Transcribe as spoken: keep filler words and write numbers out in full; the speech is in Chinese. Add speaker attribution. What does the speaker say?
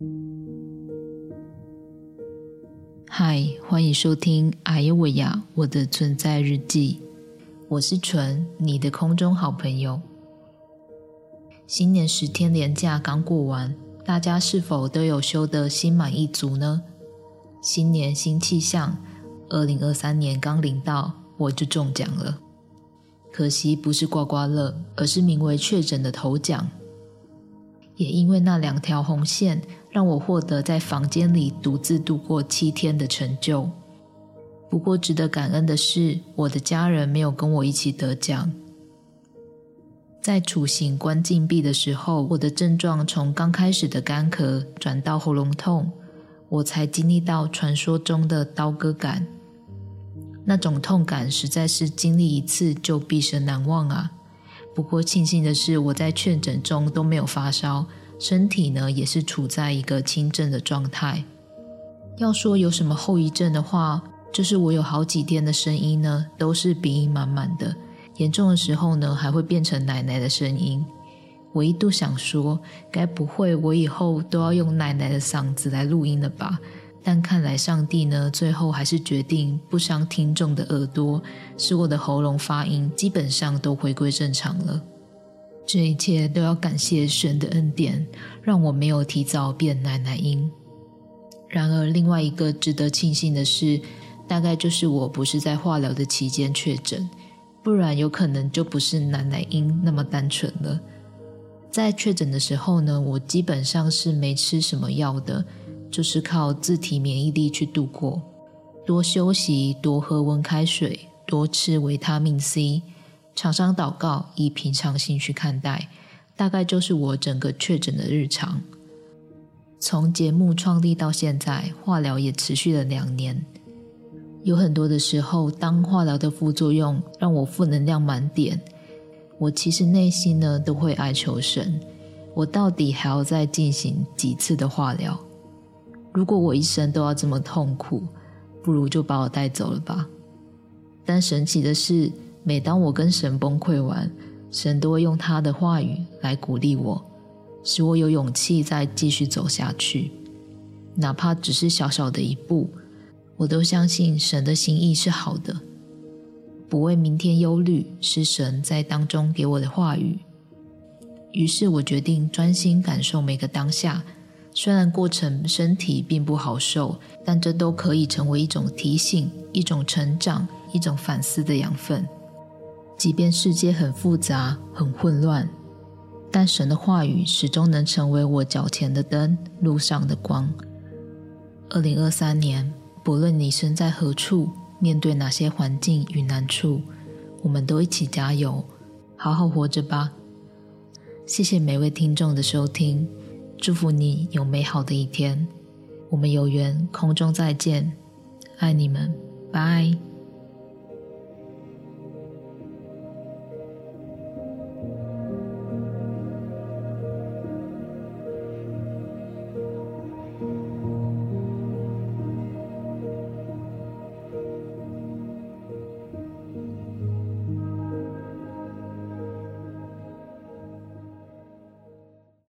Speaker 1: 嗨，欢迎收听阿耶维亚我的存在日记，我是纯，你的空中好朋友。新年十天连假刚过完，大家是否都有休得心满意足呢？新年新气象，二零二三年刚临到，我就中奖了。可惜不是刮刮乐，而是名为确诊的头奖。也因为那两条红线，让我获得在房间里独自度过七天的成就。不过值得感恩的是，我的家人没有跟我一起得奖。在处刑关禁闭的时候，我的症状从刚开始的干咳转到喉咙痛，我才经历到传说中的刀割感。那种痛感实在是经历一次就毕生难忘啊。不过庆幸的是，我在确诊中都没有发烧，身体呢也是处在一个轻症的状态。要说有什么后遗症的话，就是我有好几天的声音呢都是鼻音满满的，严重的时候呢还会变成奶奶的声音。我一度想说，该不会我以后都要用奶奶的嗓子来录音了吧？但看来上帝呢最后还是决定不伤听众的耳朵，使我的喉咙发音基本上都回归正常了。这一切都要感谢神的恩典，让我没有提早变奶奶音。然而另外一个值得庆幸的是，大概就是我不是在化疗的期间确诊，不然有可能就不是奶奶音那么单纯了。在确诊的时候呢，我基本上是没吃什么药的，就是靠自体免疫力去度过，多休息，多喝温开水，多吃维他命 C， 常常祷告，以平常心去看待，大概就是我整个确诊的日常。从节目创立到现在，化疗也持续了两年。有很多的时候，当化疗的副作用让我负能量满点，我其实内心呢都会哀求神，我到底还要再进行几次的化疗？如果我一生都要这么痛苦，不如就把我带走了吧。但神奇的是，每当我跟神崩溃完，神都会用他的话语来鼓励我，使我有勇气再继续走下去。哪怕只是小小的一步，我都相信神的心意是好的。不为明天忧虑，是神在当中给我的话语。于是我决定专心感受每个当下，虽然过程身体并不好受，但这都可以成为一种提醒，一种成长，一种反思的养分。即便世界很复杂，很混乱，但神的话语始终能成为我脚前的灯，路上的光。二零二三年，不论你身在何处，面对哪些环境与难处，我们都一起加油，好好活着吧。谢谢每位听众的收听，祝福你有美好的一天。我们有缘空中再见，爱你们，拜。